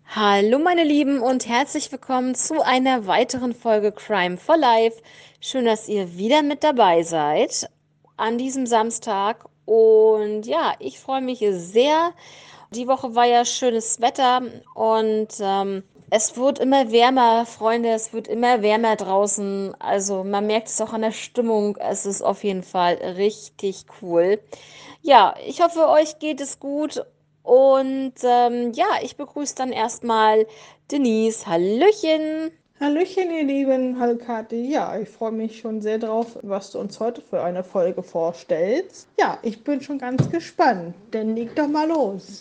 Hallo meine Lieben und herzlich willkommen zu einer weiteren Folge Crime for Life. Schön, dass ihr wieder mit dabei seid an diesem Samstag. Und ja, ich freue mich sehr. Die Woche war ja schönes Wetter und es wird immer wärmer, Freunde, es wird immer wärmer draußen. Also man merkt es auch an der Stimmung. Es ist auf jeden Fall richtig cool. Ja, ich hoffe, euch geht es gut. Und ja, ich begrüße dann erstmal Denise. Hallöchen. Hallöchen, ihr Lieben. Hallo Kathi. Ja, ich freue mich schon sehr drauf, was du uns heute für eine Folge vorstellst. Ja, ich bin schon ganz gespannt. Dann leg doch mal los.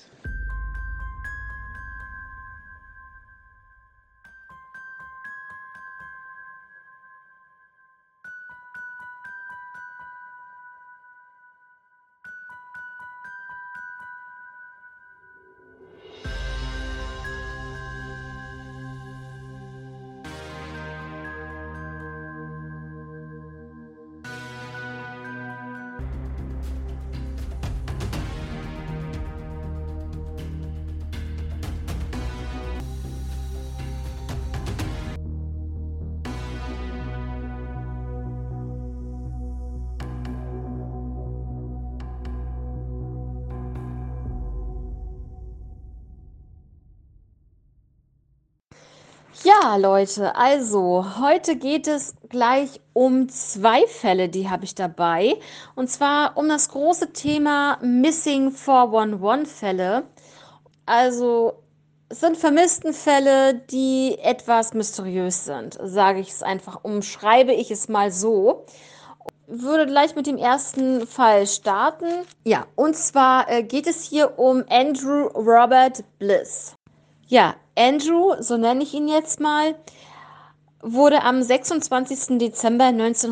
Ja, Leute, also heute geht es gleich um zwei Fälle, die habe ich dabei. Und zwar um das große Thema Missing 411-Fälle. Also es sind Vermisstenfälle, die etwas mysteriös sind, sage ich es einfach, umschreibe ich es mal so. Würde gleich mit dem ersten Fall starten. Ja, und zwar geht es hier um Andrew Robert Bliss. Ja, Andrew, so nenne ich ihn jetzt mal, wurde am 26. Dezember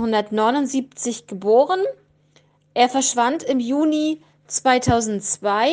1979 geboren. Er verschwand im Juni 2002.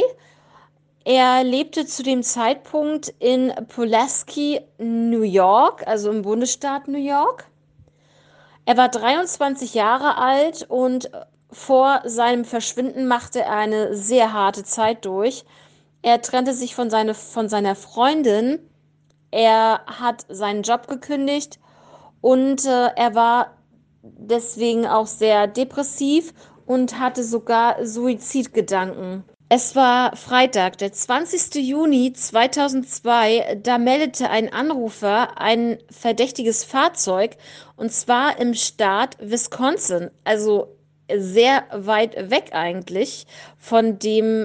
Er lebte zu dem Zeitpunkt in Pulaski, New York, also im Bundesstaat New York. Er war 23 Jahre alt und vor seinem Verschwinden machte er eine sehr harte Zeit durch. Er trennte sich von seiner Freundin. Er hat seinen Job gekündigt und er war deswegen auch sehr depressiv und hatte sogar Suizidgedanken. Es war Freitag, der 20. Juni 2002. Da meldete ein Anrufer ein verdächtiges Fahrzeug und zwar im Staat Wisconsin, also sehr weit weg eigentlich von dem,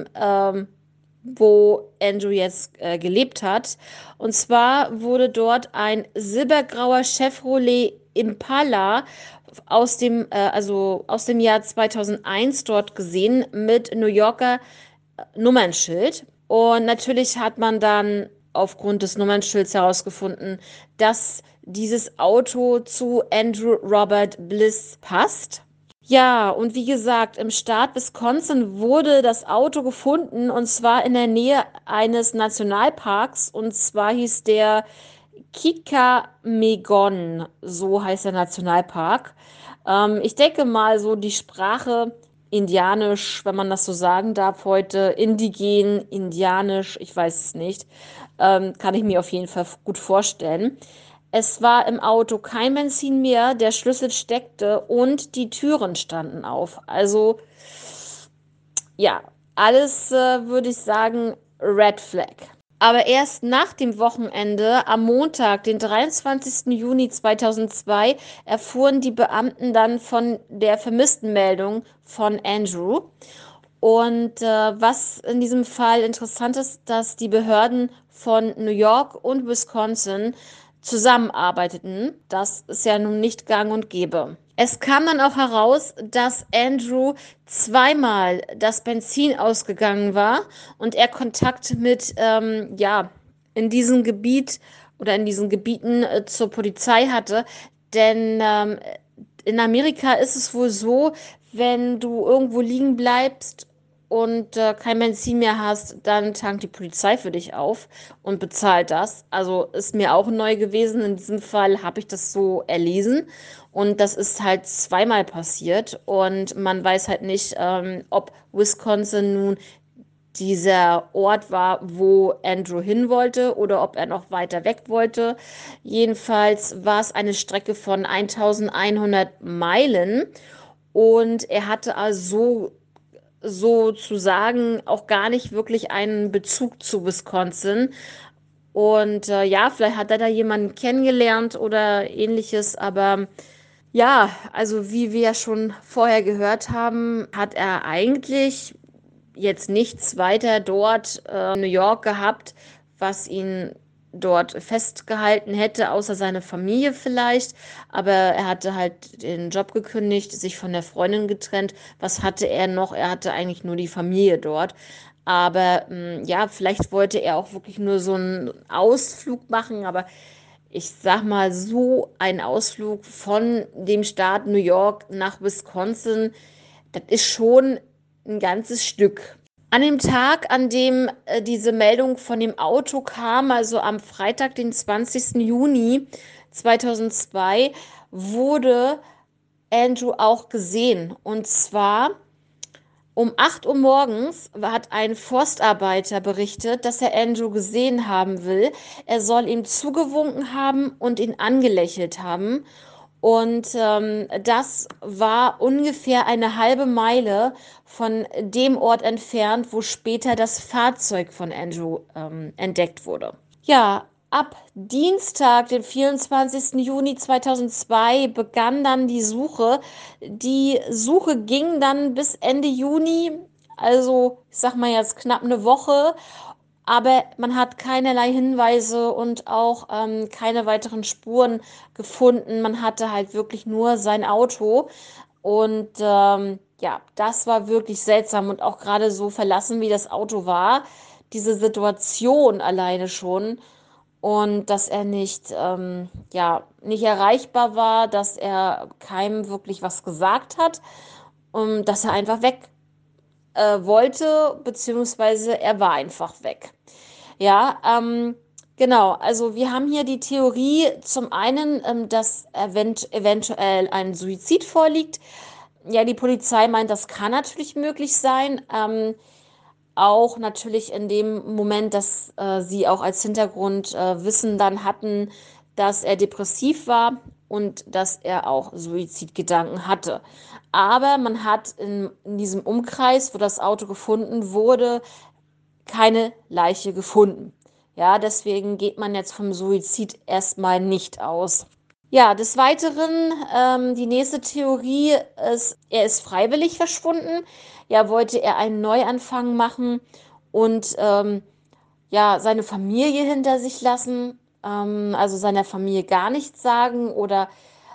wo Andrew jetzt gelebt hat. Und zwar wurde dort ein silbergrauer Chevrolet Impala also aus dem Jahr 2001 dort gesehen mit New Yorker Nummernschild. Und natürlich hat man dann aufgrund des Nummernschilds herausgefunden, dass dieses Auto zu Andrew Robert Bliss passt. Ja, und wie gesagt, im Staat Wisconsin wurde das Auto gefunden und zwar in der Nähe eines Nationalparks und zwar hieß der Kikamegon, so heißt der Nationalpark. Ich denke mal so die Sprache Indianisch, wenn man das so sagen darf heute, indigen, Indianisch, ich weiß es nicht, kann ich mir auf jeden Fall gut vorstellen. Es war im Auto kein Benzin mehr, der Schlüssel steckte und die Türen standen auf. Also ja, alles würde ich sagen Red Flag. Aber erst nach dem Wochenende, am Montag, den 23. Juni 2002, erfuhren die Beamten dann von der Vermisstenmeldung von Andrew. Und was in diesem Fall interessant ist, dass die Behörden von New York und Wisconsin zusammenarbeiteten. Das ist ja nun nicht gang und gäbe. Es kam dann auch heraus, dass Andrew zweimal das Benzin ausgegangen war und er Kontakt mit, ja, in diesem Gebiet oder in diesen Gebieten zur Polizei hatte. Denn in Amerika ist es wohl so, wenn du irgendwo liegen bleibst und kein Benzin mehr hast, dann tankt die Polizei für dich auf und bezahlt das. Also ist mir auch neu gewesen. In diesem Fall habe ich das so erlesen. Und das ist halt zweimal passiert. Und man weiß halt nicht, ob Wisconsin nun dieser Ort war, wo Andrew hin wollte oder ob er noch weiter weg wollte. Jedenfalls war es eine Strecke von 1100 Meilen und er hatte also sozusagen auch gar nicht wirklich einen Bezug zu Wisconsin. Und ja, vielleicht hat er da jemanden kennengelernt oder ähnliches, aber ja, also wie wir ja schon vorher gehört haben, hat er eigentlich jetzt nichts weiter dort in New York gehabt, was ihn dort festgehalten hätte, außer seine Familie vielleicht. Aber er hatte halt den Job gekündigt, sich von der Freundin getrennt. Was hatte er noch? Er hatte eigentlich nur die Familie dort. Aber ja, vielleicht wollte er auch wirklich nur so einen Ausflug machen. Aber ich sag mal, so ein Ausflug von dem Staat New York nach Wisconsin, das ist schon ein ganzes Stück. An dem Tag, an dem diese Meldung von dem Auto kam, also am Freitag, den 20. Juni 2002, wurde Andrew auch gesehen. Und zwar um 8 Uhr morgens hat ein Forstarbeiter berichtet, dass er Andrew gesehen haben will. Er soll ihm zugewunken haben und ihn angelächelt haben. Und das war ungefähr eine halbe Meile von dem Ort entfernt, wo später das Fahrzeug von Andrew entdeckt wurde. Ja, ab Dienstag, den 24. Juni 2002, begann dann die Suche. Die Suche ging dann bis Ende Juni, also ich sag mal jetzt knapp eine Woche. Aber man hat keinerlei Hinweise und auch keine weiteren Spuren gefunden. Man hatte halt wirklich nur sein Auto. Und ja, das war wirklich seltsam und auch gerade so verlassen, wie das Auto war. Diese Situation alleine schon. Und dass er nicht, ja, nicht erreichbar war, dass er keinem wirklich was gesagt hat, dass er einfach weg wollte, beziehungsweise er war einfach weg. Ja, genau. Also wir haben hier die Theorie zum einen, dass eventuell ein Suizid vorliegt. Ja, die Polizei meint, das kann natürlich möglich sein. Auch natürlich in dem Moment, dass sie auch als Hintergrund Wissen dann hatten, dass er depressiv war und dass er auch Suizidgedanken hatte. Aber man hat in diesem Umkreis, wo das Auto gefunden wurde, keine Leiche gefunden. Ja, deswegen geht man jetzt vom Suizid erstmal nicht aus. Ja, des Weiteren, die nächste Theorie ist, er ist freiwillig verschwunden. Ja, wollte er einen Neuanfang machen und ja, seine Familie hinter sich lassen, also seiner Familie gar nichts sagen oder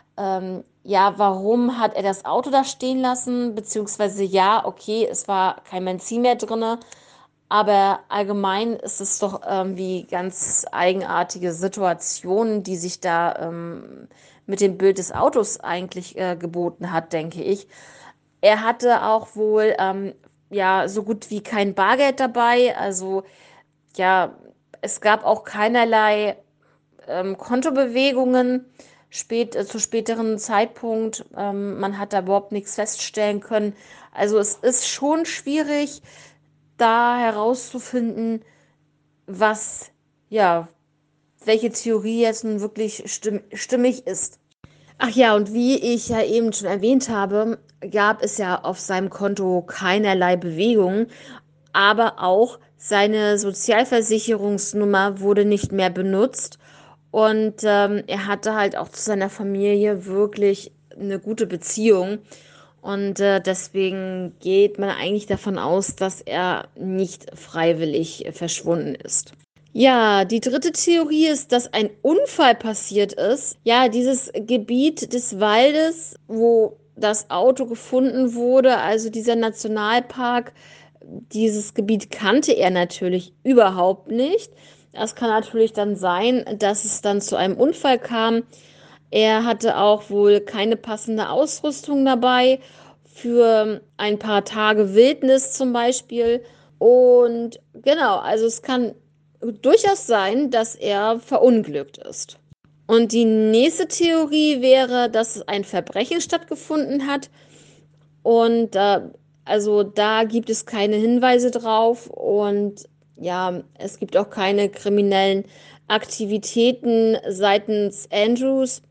ja, warum hat er das Auto da stehen lassen? Beziehungsweise ja, okay, es war kein Benzin mehr drin, aber allgemein ist es doch irgendwie ganz eigenartige Situationen, die sich da mit dem Bild des Autos eigentlich geboten hat, denke ich. Er hatte auch wohl ja so gut wie kein Bargeld dabei. Also ja, es gab auch keinerlei Kontobewegungen zu späteren Zeitpunkt. Man hat da überhaupt nichts feststellen können. Also es ist schon schwierig, da herauszufinden, was, ja, welche Theorie jetzt nun wirklich stimmig ist. Ach ja, und wie ich ja eben schon erwähnt habe, gab es ja auf seinem Konto keinerlei Bewegung, aber auch seine Sozialversicherungsnummer wurde nicht mehr benutzt und er hatte halt auch zu seiner Familie wirklich eine gute Beziehung und deswegen geht man eigentlich davon aus, dass er nicht freiwillig verschwunden ist. Ja, die dritte Theorie ist, dass ein Unfall passiert ist. Ja, dieses Gebiet des Waldes, wo das Auto gefunden wurde, also dieser Nationalpark, dieses Gebiet kannte er natürlich überhaupt nicht. Das kann natürlich dann sein, dass es dann zu einem Unfall kam. Er hatte auch wohl keine passende Ausrüstung dabei für ein paar Tage Wildnis zum Beispiel. Und genau, also es kann durchaus sein, dass er verunglückt ist. Und die nächste Theorie wäre, dass ein Verbrechen stattgefunden hat und Also da gibt es keine Hinweise drauf und ja, es gibt auch keine kriminellen Aktivitäten seitens Andrews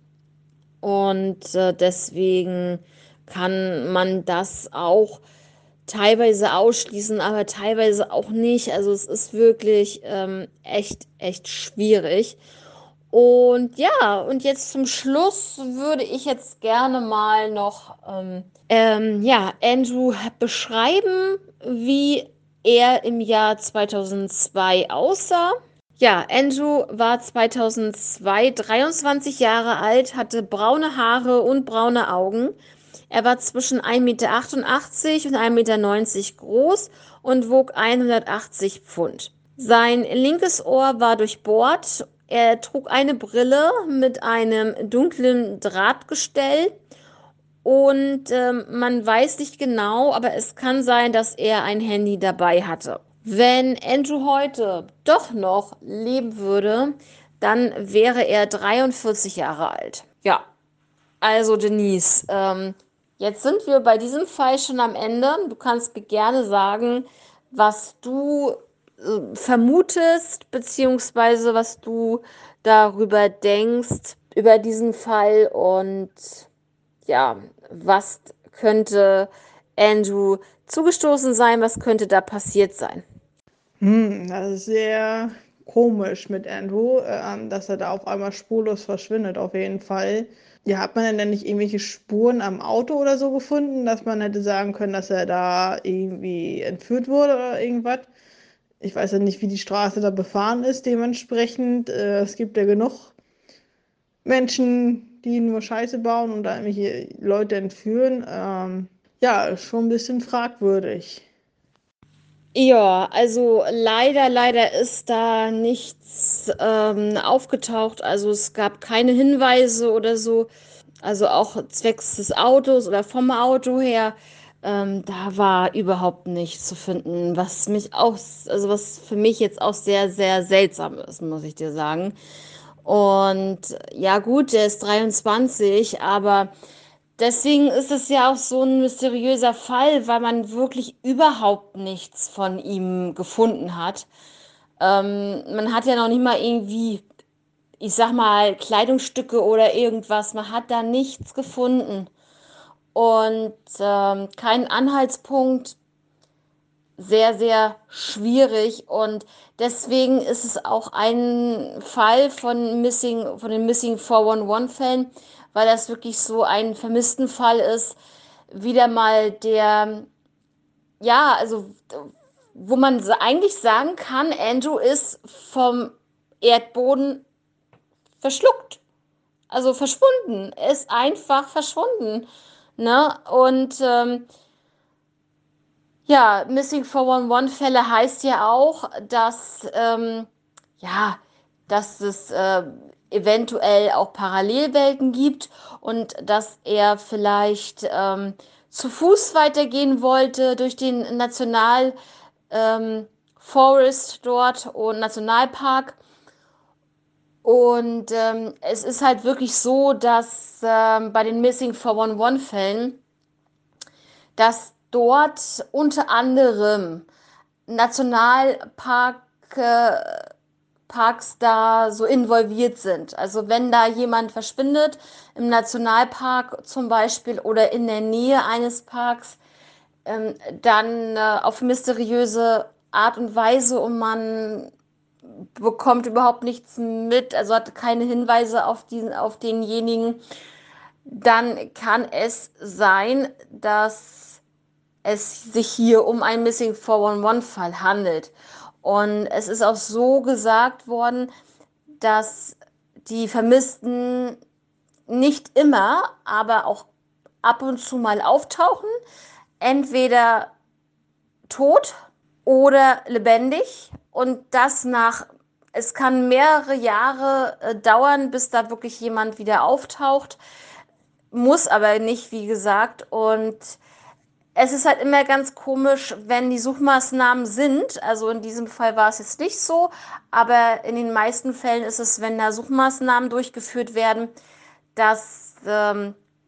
und deswegen kann man das auch teilweise ausschließen, aber teilweise auch nicht. Also es ist wirklich echt schwierig. Und ja, und jetzt zum Schluss würde ich jetzt gerne mal noch ja, Andrew beschreiben, wie er im Jahr 2002 aussah. Ja, Andrew war 2002 23 Jahre alt, hatte braune Haare und braune Augen. Er war zwischen 1,88 Meter und 1,90 Meter groß und wog 180 Pfund. Sein linkes Ohr war durchbohrt. Er trug eine Brille mit einem dunklen Drahtgestell und man weiß nicht genau, aber es kann sein, dass er ein Handy dabei hatte. Wenn Andrew heute doch noch leben würde, dann wäre er 43 Jahre alt. Ja, also Denise, jetzt sind wir bei diesem Fall schon am Ende. Du kannst mir gerne sagen, was du vermutest, beziehungsweise was du darüber denkst, über diesen Fall und ja, was könnte Andrew zugestoßen sein, was könnte da passiert sein? Das ist sehr komisch mit Andrew, dass er da auf einmal spurlos verschwindet, auf jeden Fall. Ja, hat man denn nicht irgendwelche Spuren am Auto oder so gefunden, dass man hätte sagen können, dass er da irgendwie entführt wurde oder irgendwas? Ich weiß ja nicht, wie die Straße da befahren ist, dementsprechend. Es gibt ja genug Menschen, die nur Scheiße bauen und da irgendwelche Leute entführen. Ja, ist schon ein bisschen fragwürdig. Ja, also leider ist da nichts aufgetaucht. Also es gab keine Hinweise oder so. Also auch zwecks des Autos oder vom Auto her. Da war überhaupt nichts zu finden, was mich auch, also was für mich jetzt auch sehr seltsam ist, muss ich dir sagen. Und ja gut, der ist 23, aber deswegen ist es ja auch so ein mysteriöser Fall, weil man wirklich überhaupt nichts von ihm gefunden hat. Man hat ja noch nicht mal irgendwie, ich sag mal, Kleidungsstücke oder irgendwas. Man hat da nichts gefunden und keinen Anhaltspunkt. Sehr schwierig und deswegen ist es auch ein Fall von den Missing 411-Fällen, weil das wirklich so ein vermissten Fall ist. Wieder mal der, ja, also wo man eigentlich sagen kann, Andrew ist vom Erdboden verschluckt, also verschwunden. Er ist einfach verschwunden, ne? Und ja, Missing 411-Fälle heißt ja auch, ja, dass es eventuell auch Parallelwelten gibt und dass er vielleicht zu Fuß weitergehen wollte durch den ähm, Forest dort und Nationalpark. Und es ist halt wirklich so, dass bei den Missing 411-Fällen, dass dort unter anderem Nationalpark, äh, Parks da so involviert sind. Also wenn da jemand verschwindet, im Nationalpark zum Beispiel oder in der Nähe eines Parks, dann auf mysteriöse Art und Weise und man bekommt überhaupt nichts mit, also hat keine Hinweise auf denjenigen, dann kann es sein, dass es sich hier um einen Missing 411-Fall handelt. Und es ist auch so gesagt worden, dass die Vermissten nicht immer, aber auch ab und zu mal auftauchen. Entweder tot oder lebendig. Und das nach, es kann mehrere Jahre dauern, bis da wirklich jemand wieder auftaucht. Muss aber nicht, wie gesagt. Und es ist halt immer ganz komisch, wenn die Suchmaßnahmen sind. Also in diesem Fall war es jetzt nicht so, aber in den meisten Fällen ist es, wenn da Suchmaßnahmen durchgeführt werden, dass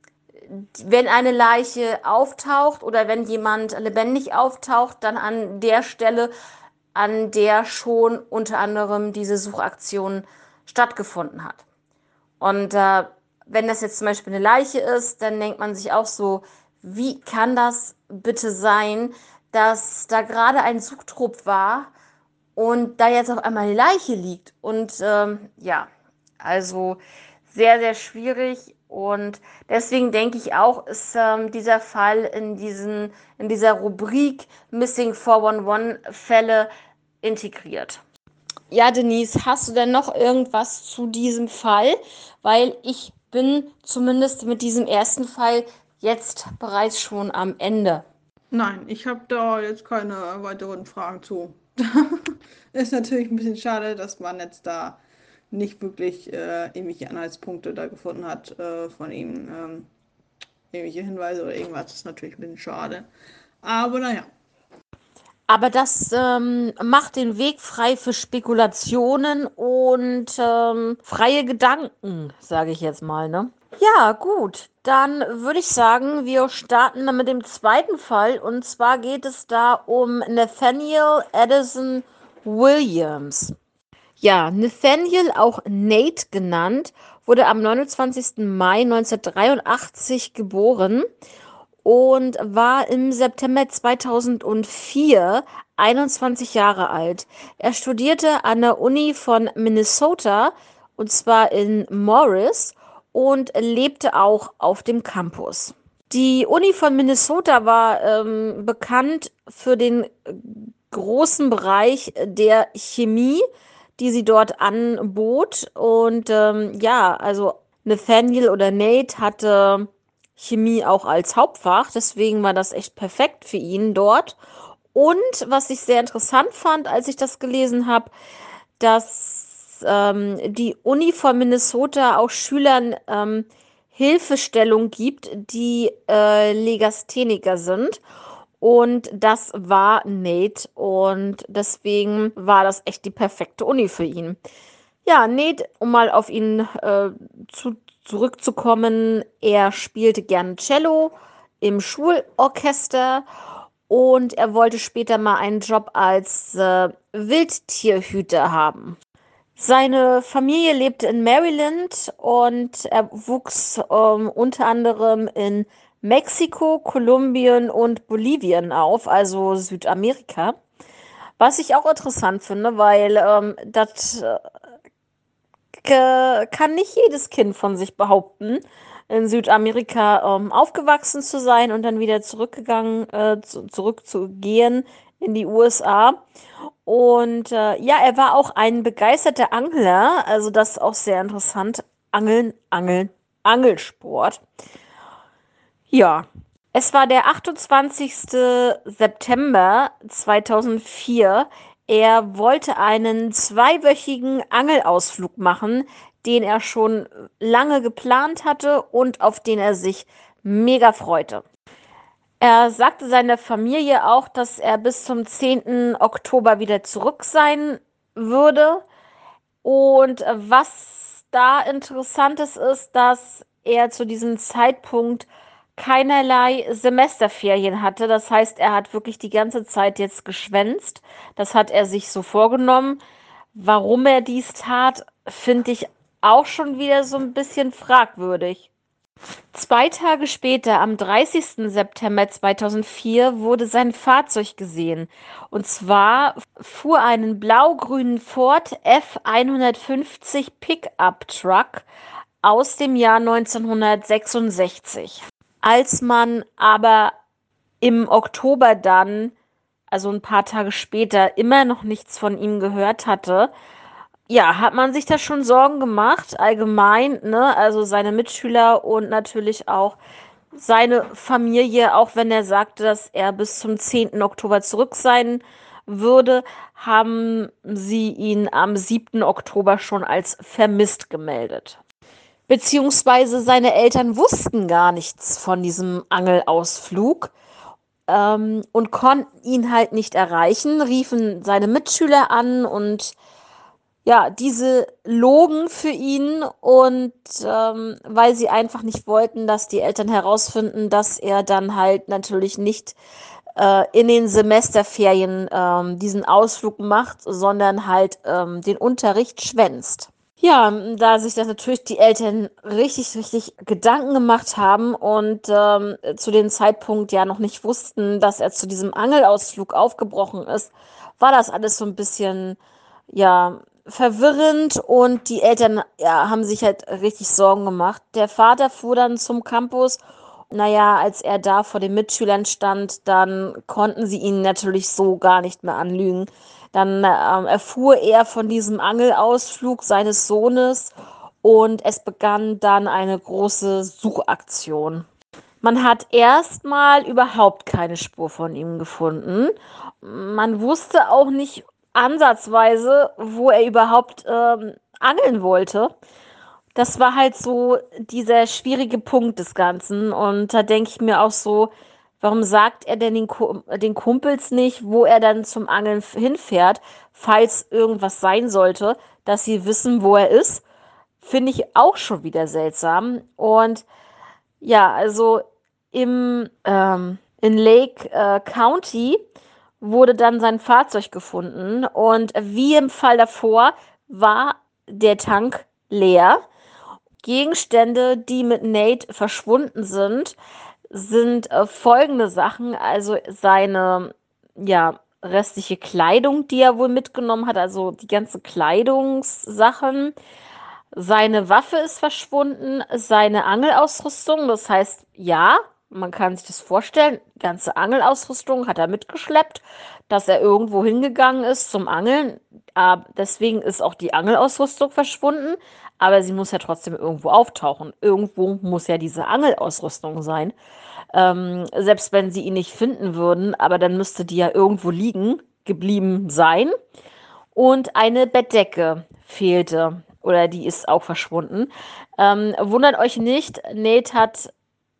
wenn eine Leiche auftaucht oder wenn jemand lebendig auftaucht, dann an der Stelle, an der schon unter anderem diese Suchaktion stattgefunden hat. Und wenn das jetzt zum Beispiel eine Leiche ist, dann denkt man sich auch so, wie kann das bitte sein, dass da gerade ein Suchtrupp war und da jetzt auf einmal eine Leiche liegt? Und ja, also sehr, sehr schwierig. Und deswegen denke ich auch, ist dieser Fall in dieser Rubrik Missing 411-Fälle integriert. Ja, Denise, hast du denn noch irgendwas zu diesem Fall? Weil ich bin zumindest mit diesem ersten Fall jetzt bereits schon am Ende. Nein, ich habe da jetzt keine weiteren Fragen zu. Ist natürlich ein bisschen schade, dass man jetzt da nicht wirklich irgendwelche Anhaltspunkte da gefunden hat von ihm. Irgendwelche Hinweise oder irgendwas. Das ist natürlich ein bisschen schade. Aber naja. Aber das macht den Weg frei für Spekulationen und freie Gedanken, sage ich jetzt mal, ne? Ja, gut. Dann würde ich sagen, wir starten dann mit dem zweiten Fall. Und zwar geht es da um Nathaniel Addison Williams. Ja, Nathaniel, auch Nate genannt, wurde am 29. Mai 1983 geboren und war im September 2004 21 Jahre alt. Er studierte an der Uni von Minnesota, und zwar in Morris, und lebte auch auf dem Campus. Die Uni von Minnesota war bekannt für den großen Bereich der Chemie, die sie dort anbot. Und ja, also Nathaniel oder Nate hatte Chemie auch als Hauptfach, deswegen war das echt perfekt für ihn dort. Und was ich sehr interessant fand, als ich das gelesen habe, dass die Uni von Minnesota auch Schülern Hilfestellung gibt, die Legastheniker sind. Und das war Nate. Und deswegen war das echt die perfekte Uni für ihn. Ja, Nate, um mal auf ihn zurückzukommen, er spielte gerne Cello im Schulorchester und er wollte später mal einen Job als Wildtierhüter haben. Seine Familie lebte in Maryland und er wuchs unter anderem in Mexiko, Kolumbien und Bolivien auf, also Südamerika. Was ich auch interessant finde, weil das kann nicht jedes Kind von sich behaupten, in Südamerika aufgewachsen zu sein und dann wieder zurückzugehen in die USA. Und ja, er war auch ein begeisterter Angler, also das ist auch sehr interessant. Angeln, Angeln, Angelsport. Ja, es war der 28. September 2004. Er wollte einen zweiwöchigen Angelausflug machen, den er schon lange geplant hatte und auf den er sich mega freute. Er sagte seiner Familie auch, dass er bis zum 10. Oktober wieder zurück sein würde. Und was da Interessantes ist, dass er zu diesem Zeitpunkt keinerlei Semesterferien hatte. Das heißt, er hat wirklich die ganze Zeit jetzt geschwänzt. Das hat er sich so vorgenommen. Warum er dies tat, finde ich auch schon wieder so ein bisschen fragwürdig. 2 Tage später, am 30. September 2004, wurde sein Fahrzeug gesehen. Und zwar fuhr einen blau-grünen Ford F150 Pickup Truck aus dem Jahr 1966. Als man aber im Oktober dann, also ein paar Tage später, immer noch nichts von ihm gehört hatte, ja, hat man sich da schon Sorgen gemacht, allgemein, ne? Also seine Mitschüler und natürlich auch seine Familie, auch wenn er sagte, dass er bis zum 10. Oktober zurück sein würde, haben sie ihn am 7. Oktober schon als vermisst gemeldet. Beziehungsweise seine Eltern wussten gar nichts von diesem Angelausflug und konnten ihn halt nicht erreichen, riefen seine Mitschüler an und ja, diese logen für ihn und weil sie einfach nicht wollten, dass die Eltern herausfinden, dass er dann halt natürlich nicht in den Semesterferien diesen Ausflug macht, sondern halt den Unterricht schwänzt. Ja, da sich das natürlich die Eltern richtig, richtig Gedanken gemacht haben und zu dem Zeitpunkt ja noch nicht wussten, dass er zu diesem Angelausflug aufgebrochen ist, war das alles so ein bisschen, ja, verwirrend und die Eltern, ja, haben sich halt richtig Sorgen gemacht. Der Vater fuhr dann zum Campus. Naja, als er da vor den Mitschülern stand, dann konnten sie ihn natürlich so gar nicht mehr anlügen. Dann erfuhr er von diesem Angelausflug seines Sohnes und es begann dann eine große Suchaktion. Man hat erstmal überhaupt keine Spur von ihm gefunden. Man wusste auch nicht ansatzweise, wo er überhaupt angeln wollte. Das war halt so dieser schwierige Punkt des Ganzen. Und da denke ich mir auch so, warum sagt er denn den Kumpels nicht, wo er dann zum Angeln hinfährt, falls irgendwas sein sollte, dass sie wissen, wo er ist? Finde ich auch schon wieder seltsam. Und ja, also in Lake County wurde dann sein Fahrzeug gefunden. Und wie im Fall davor war der Tank leer. Gegenstände, die mit Nate verschwunden sind, sind folgende Sachen. Also seine, ja, restliche Kleidung, die er wohl mitgenommen hat, also die ganze Kleidungssachen. Seine Waffe ist verschwunden, seine Angelausrüstung, das heißt, ja, man kann sich das vorstellen, die ganze Angelausrüstung hat er mitgeschleppt, dass er irgendwo hingegangen ist zum Angeln. Deswegen ist auch die Angelausrüstung verschwunden, aber sie muss ja trotzdem irgendwo auftauchen. Irgendwo muss ja diese Angelausrüstung sein. Selbst wenn sie ihn nicht finden würden, aber dann müsste die ja irgendwo liegen, geblieben sein. Und eine Bettdecke fehlte oder die ist auch verschwunden. Wundert euch nicht, Nate hat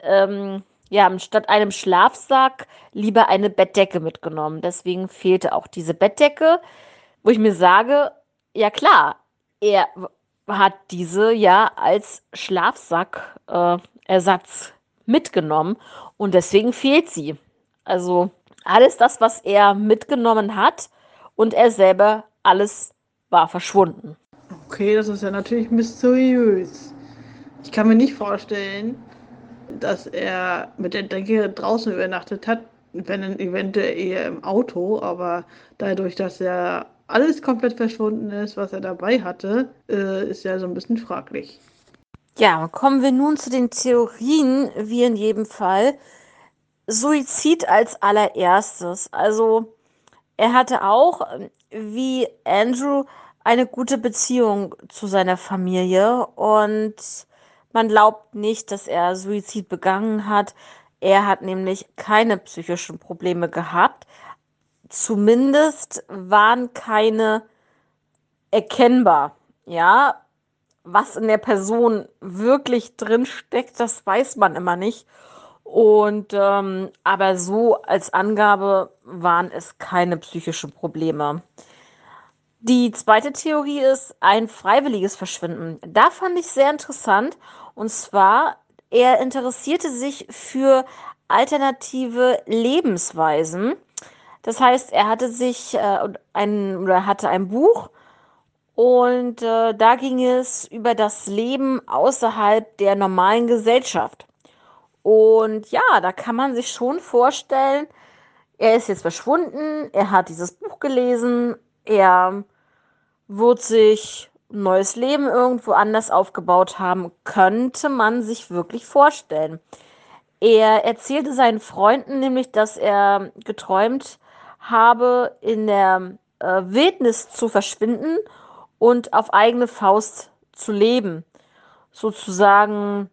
ja statt einem Schlafsack lieber eine Bettdecke mitgenommen. Deswegen fehlte auch diese Bettdecke, wo ich mir sage, ja klar, er hat diese ja als Schlafsack Ersatz mitgenommen und deswegen fehlt sie. Also alles das, was er mitgenommen hat und er selber, alles war verschwunden. Okay, das ist ja natürlich mysteriös. Ich kann mir nicht vorstellen, dass er mit der Decke draußen übernachtet hat, wenn dann eventuell eher im Auto, aber dadurch, dass ja alles komplett verschwunden ist, was er dabei hatte, ist ja so ein bisschen fraglich. Ja, kommen wir nun zu den Theorien, wie in jedem Fall. Suizid als allererstes. Also er hatte auch, wie Andrew, eine gute Beziehung zu seiner Familie und man glaubt nicht, dass er Suizid begangen hat. Er hat nämlich keine psychischen Probleme gehabt. Zumindest waren keine erkennbar. Ja, was in der Person wirklich drin steckt, das weiß man immer nicht. Und aber so als Angabe waren es keine psychischen Probleme. Die zweite Theorie ist ein freiwilliges Verschwinden. Da fand ich sehr interessant. Und zwar, er interessierte sich für alternative Lebensweisen. Das heißt, er hatte sich oder hatte ein Buch und da ging es über das Leben außerhalb der normalen Gesellschaft. Und ja, da kann man sich schon vorstellen, er ist jetzt verschwunden, er hat dieses Buch gelesen, er wird sich ein neues Leben irgendwo anders aufgebaut haben, könnte man sich wirklich vorstellen. Er erzählte seinen Freunden nämlich, dass er geträumt habe, in der Wildnis zu verschwinden und auf eigene Faust zu leben. Sozusagen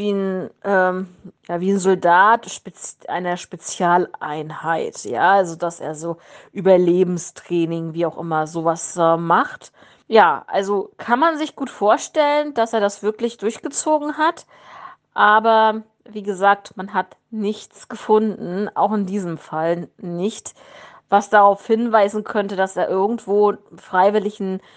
wie ein Soldat einer Spezialeinheit. Ja, also dass er so Überlebenstraining, wie auch immer, sowas macht. Ja, also kann man sich gut vorstellen, dass er das wirklich durchgezogen hat. Aber wie gesagt, man hat nichts gefunden, auch in diesem Fall nicht, was darauf hinweisen könnte, dass er irgendwo freiwillig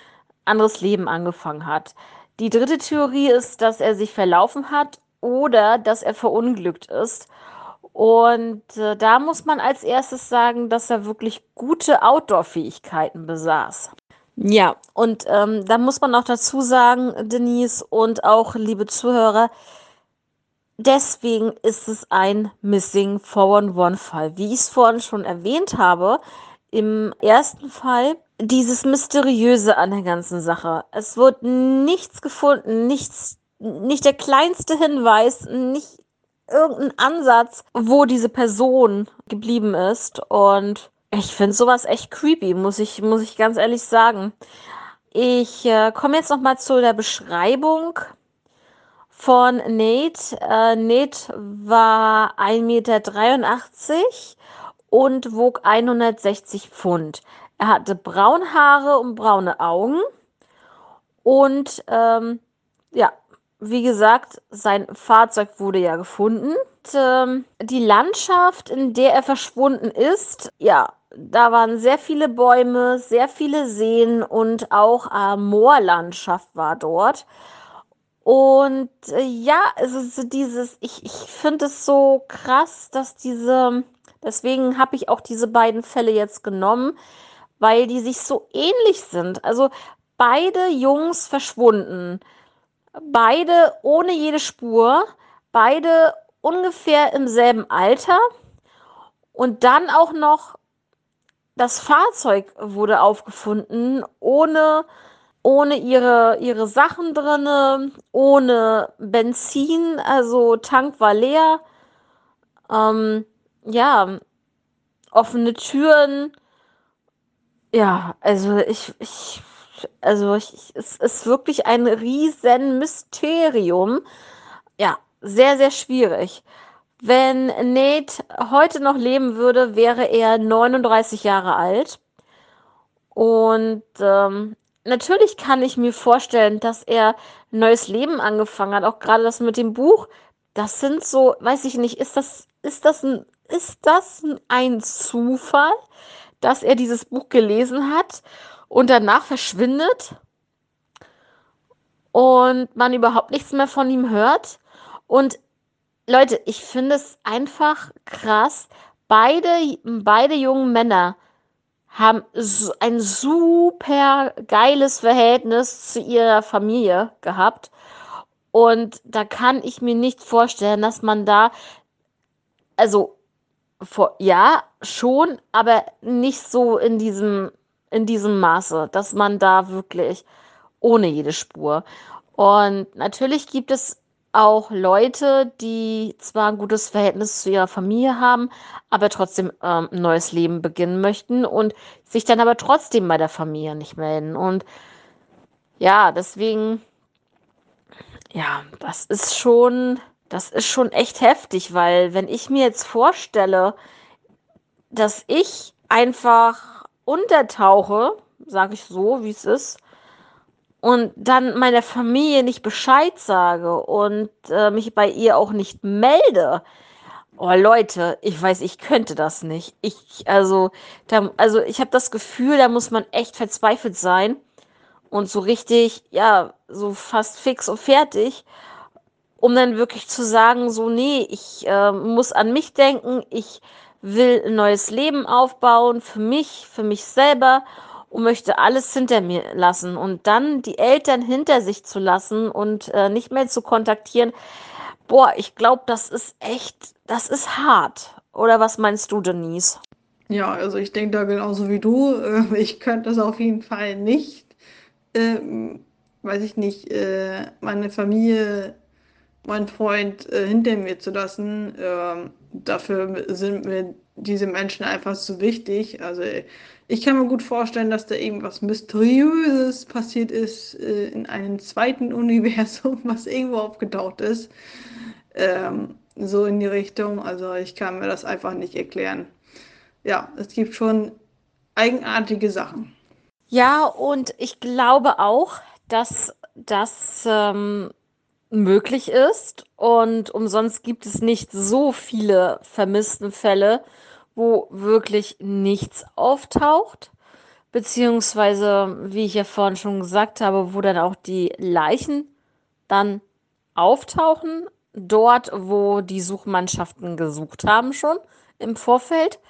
anderes Leben angefangen hat. Die dritte Theorie ist, dass er sich verlaufen hat oder dass er verunglückt ist. Und da muss man als erstes sagen, dass er wirklich gute Outdoor-Fähigkeiten besaß. Ja, und da muss man auch dazu sagen, Denise und auch liebe Zuhörer, deswegen ist es ein Missing 411-Fall. Wie ich es vorhin schon erwähnt habe, im ersten Fall dieses Mysteriöse an der ganzen Sache. Es wird nichts gefunden, nicht der kleinste Hinweis, nicht irgendein Ansatz, wo diese Person geblieben ist. Und ich finde sowas echt creepy, muss ich ganz ehrlich sagen. Ich komme jetzt noch mal zu der Beschreibung von Nate. Nate war 1,83 Meter und wog 160 Pfund. Er hatte braune Haare und braune Augen. Und ja, wie gesagt, sein Fahrzeug wurde ja gefunden. Und, die Landschaft, in der er verschwunden ist, ja, da waren sehr viele Bäume, sehr viele Seen und auch Moorlandschaft war dort. Und ja, es ist so ich finde es so krass, dass deswegen habe ich auch diese beiden Fälle jetzt genommen, weil die sich so ähnlich sind. Also beide Jungs verschwunden, beide ohne jede Spur, beide ungefähr im selben Alter und dann auch noch das Fahrzeug wurde aufgefunden, ohne ihre Sachen drinne, ohne Benzin, also Tank war leer, ähm, ja, offene Türen. Ja, es ist wirklich ein riesen Mysterium. Ja, sehr, sehr schwierig. Wenn Nate heute noch leben würde, wäre er 39 Jahre alt. Und natürlich kann ich mir vorstellen, dass er ein neues Leben angefangen hat. Auch gerade das mit dem Buch. Das sind so, weiß ich nicht, ist das ein Zufall, dass er dieses Buch gelesen hat und danach verschwindet und man überhaupt nichts mehr von ihm hört? Und Leute, ich finde es einfach krass. Beide jungen Männer haben ein super geiles Verhältnis zu ihrer Familie gehabt. Und da kann ich mir nicht vorstellen, dass man da, also ja, schon, aber nicht so in diesem Maße, dass man da wirklich ohne jede Spur. Und natürlich gibt es auch Leute, die zwar ein gutes Verhältnis zu ihrer Familie haben, aber trotzdem ein neues Leben beginnen möchten und sich dann aber trotzdem bei der Familie nicht melden. Und ja, deswegen, ja, das ist schon echt heftig, weil wenn ich mir jetzt vorstelle, dass ich einfach untertauche, sage ich so, wie es ist, und dann meiner Familie nicht Bescheid sage und mich bei ihr auch nicht melde. Oh Leute, ich weiß, ich könnte das nicht. Also ich habe das Gefühl, da muss man echt verzweifelt sein und so richtig, ja, so fast fix und fertig, um dann wirklich zu sagen, so, nee, ich muss an mich denken, ich will ein neues Leben aufbauen für mich selber und möchte alles hinter mir lassen. Und dann die Eltern hinter sich zu lassen und nicht mehr zu kontaktieren, boah, ich glaube, das ist hart. Oder was meinst du, Denise? Ja, also ich denke da genauso wie du. Ich könnte das auf jeden Fall nicht. Ähm, Weiß ich nicht, meine Familie, meinen Freund hinter mir zu lassen. Dafür sind mir diese Menschen einfach zu wichtig. Also ich kann mir gut vorstellen, dass da irgendwas Mysteriöses passiert ist in einem zweiten Universum, was irgendwo aufgetaucht ist. So in die Richtung. Also ich kann mir das einfach nicht erklären. Ja, es gibt schon eigenartige Sachen. Ja, und ich glaube auch, dass das möglich ist. Und umsonst gibt es nicht so viele vermissten Fälle, wo wirklich nichts auftaucht. beziehungsweise, wie ich ja vorhin schon gesagt habe, wo dann auch die Leichen dann auftauchen, dort, wo die Suchmannschaften gesucht haben schon im Vorfeld.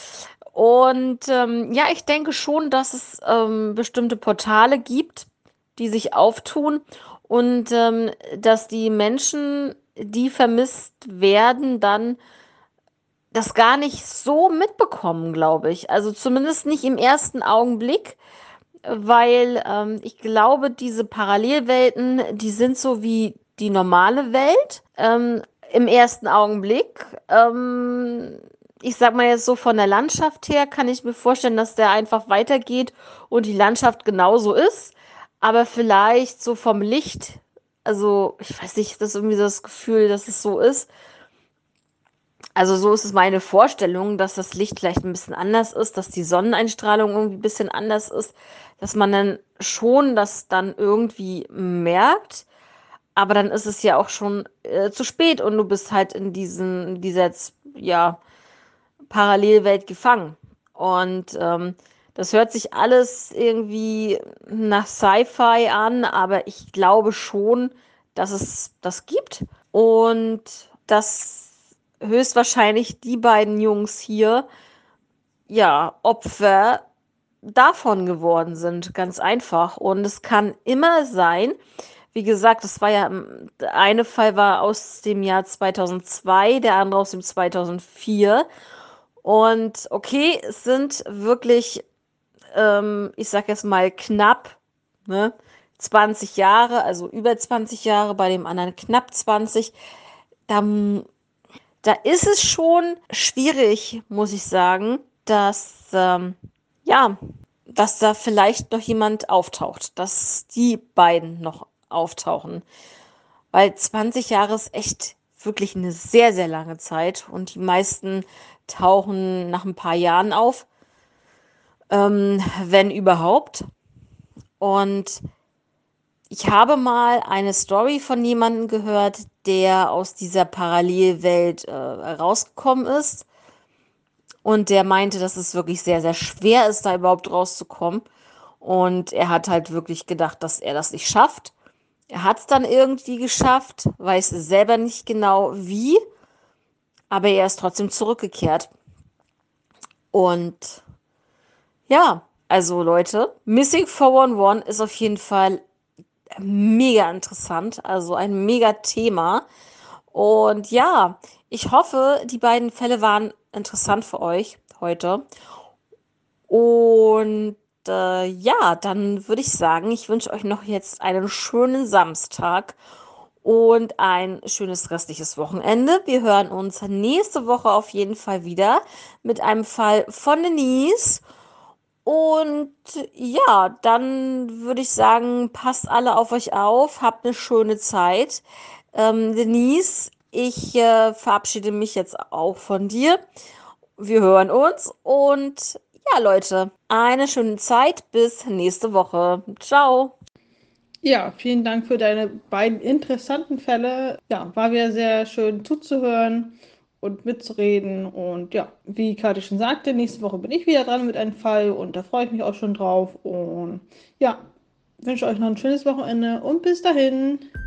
Und ja, ich denke schon, dass es bestimmte Portale gibt, die sich auftun und dass die Menschen, die vermisst werden, dann das gar nicht so mitbekommen, glaube ich. Also zumindest nicht im ersten Augenblick, weil ich glaube, diese Parallelwelten, die sind so wie die normale Welt im ersten Augenblick. Ich sag mal jetzt so von der Landschaft her, kann ich mir vorstellen, dass der einfach weitergeht und die Landschaft genauso ist. Aber vielleicht so vom Licht, also ich weiß nicht, das ist irgendwie so das Gefühl, dass es so ist. Also so ist es meine Vorstellung, dass das Licht vielleicht ein bisschen anders ist, dass die Sonneneinstrahlung irgendwie ein bisschen anders ist, dass man dann schon das dann irgendwie merkt, aber dann ist es ja auch schon zu spät und du bist halt in dieser, ja, Parallelwelt gefangen. Und das hört sich alles irgendwie nach Sci-Fi an, aber ich glaube schon, dass es das gibt und dass höchstwahrscheinlich die beiden Jungs hier ja Opfer davon geworden sind, ganz einfach. Und es kann immer sein, wie gesagt, das war ja, der eine Fall war aus dem Jahr 2002, der andere aus dem 2004. Und okay, es sind wirklich, ich sag jetzt mal knapp, ne, 20 Jahre, also über 20 Jahre, bei dem anderen knapp 20. Da, da ist es schon schwierig, muss ich sagen, dass, ja, dass da vielleicht noch jemand auftaucht, dass die beiden noch auftauchen. Weil 20 Jahre ist echt wirklich eine sehr, sehr lange Zeit und die meisten tauchen nach ein paar Jahren auf, wenn überhaupt. Und ich habe mal eine Story von jemandem gehört, der aus dieser Parallelwelt rausgekommen ist. Und der meinte, dass es wirklich sehr, sehr schwer ist, da überhaupt rauszukommen. Und er hat halt wirklich gedacht, dass er das nicht schafft. Er hat es dann irgendwie geschafft, weiß selber nicht genau wie, aber er ist trotzdem zurückgekehrt. Und ja, also Leute, Missing 411 ist auf jeden Fall mega interessant, also ein mega Thema. Und ja, ich hoffe, die beiden Fälle waren interessant für euch heute. Und ja, dann würde ich sagen, ich wünsche euch noch jetzt einen schönen Samstag und ein schönes restliches Wochenende. Wir hören uns nächste Woche auf jeden Fall wieder mit einem Fall von Denise. Und ja, dann würde ich sagen, passt alle auf euch auf, habt eine schöne Zeit. Denise, ich verabschiede mich jetzt auch von dir. Wir hören uns und ja, Leute, eine schöne Zeit bis nächste Woche. Ciao. Ja, vielen Dank für deine beiden interessanten Fälle. Ja, war wieder sehr schön zuzuhören und mitzureden. Und ja, wie Kathi schon sagte, nächste Woche bin ich wieder dran mit einem Fall und da freue ich mich auch schon drauf. Und ja, wünsche euch noch ein schönes Wochenende und bis dahin.